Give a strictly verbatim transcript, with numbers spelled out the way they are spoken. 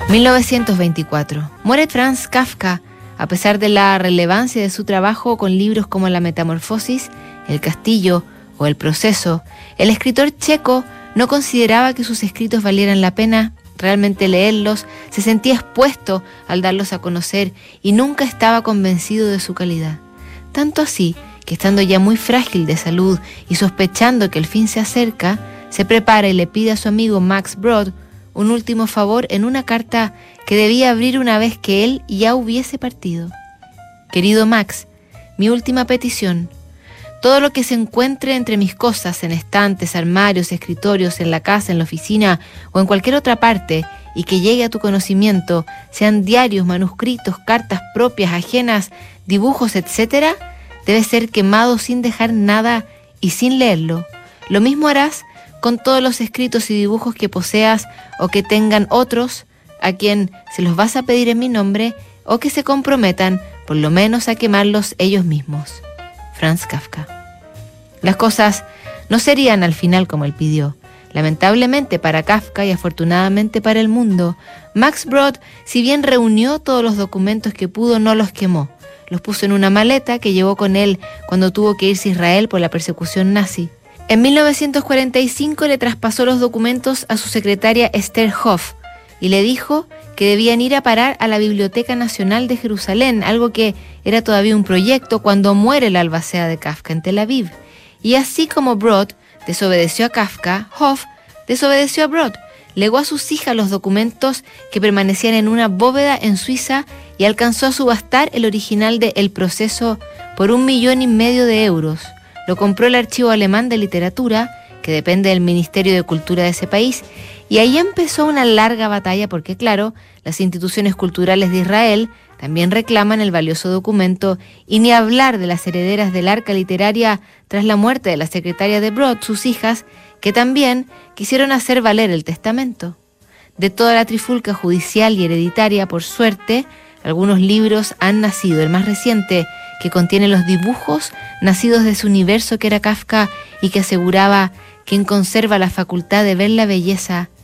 mil novecientos veinticuatro. Muere Franz Kafka. A pesar de la relevancia de su trabajo con libros como La Metamorfosis, El Castillo o El Proceso, el escritor checo no consideraba que sus escritos valieran la pena realmente leerlos, se sentía expuesto al darlos a conocer y nunca estaba convencido de su calidad. Tanto así que, estando ya muy frágil de salud y sospechando que el fin se acerca, se prepara y le pide a su amigo Max Brod un último favor en una carta que debía abrir una vez que él ya hubiese partido. Querido Max, mi última petición: todo lo que se encuentre entre mis cosas, en estantes, armarios, escritorios, en la casa, en la oficina o en cualquier otra parte, y que llegue a tu conocimiento, sean diarios, manuscritos, cartas propias, ajenas, dibujos, etcétera, debe ser quemado sin dejar nada y sin leerlo. Lo mismo harás con todos los escritos y dibujos que poseas o que tengan otros a quien se los vas a pedir en mi nombre, o que se comprometan por lo menos a quemarlos ellos mismos. Franz Kafka. Las cosas no serían al final como él pidió. Lamentablemente para Kafka y afortunadamente para el mundo, Max Brod, si bien reunió todos los documentos que pudo, no los quemó. Los puso en una maleta que llevó con él cuando tuvo que irse a Israel por la persecución nazi. En mil novecientos cuarenta y cinco le traspasó los documentos a su secretaria Esther Hoff y le dijo que debían ir a parar a la Biblioteca Nacional de Jerusalén, algo que era todavía un proyecto cuando muere la albacea de Kafka en Tel Aviv. Y así como Brod desobedeció a Kafka, Hoff desobedeció a Brod. Legó a sus hijas los documentos que permanecían en una bóveda en Suiza y alcanzó a subastar el original de El Proceso por un millón y medio de euros. Lo compró el Archivo Alemán de Literatura, que depende del Ministerio de Cultura de ese país, y ahí empezó una larga batalla porque, claro, las instituciones culturales de Israel también reclaman el valioso documento, y ni hablar de las herederas del arca literaria tras la muerte de la secretaria de Brod, sus hijas, que también quisieron hacer valer el testamento. De toda la trifulca judicial y hereditaria, por suerte, algunos libros han nacido. El más reciente, que contiene los dibujos nacidos de su universo que era Kafka y que aseguraba quien conserva la facultad de ver la belleza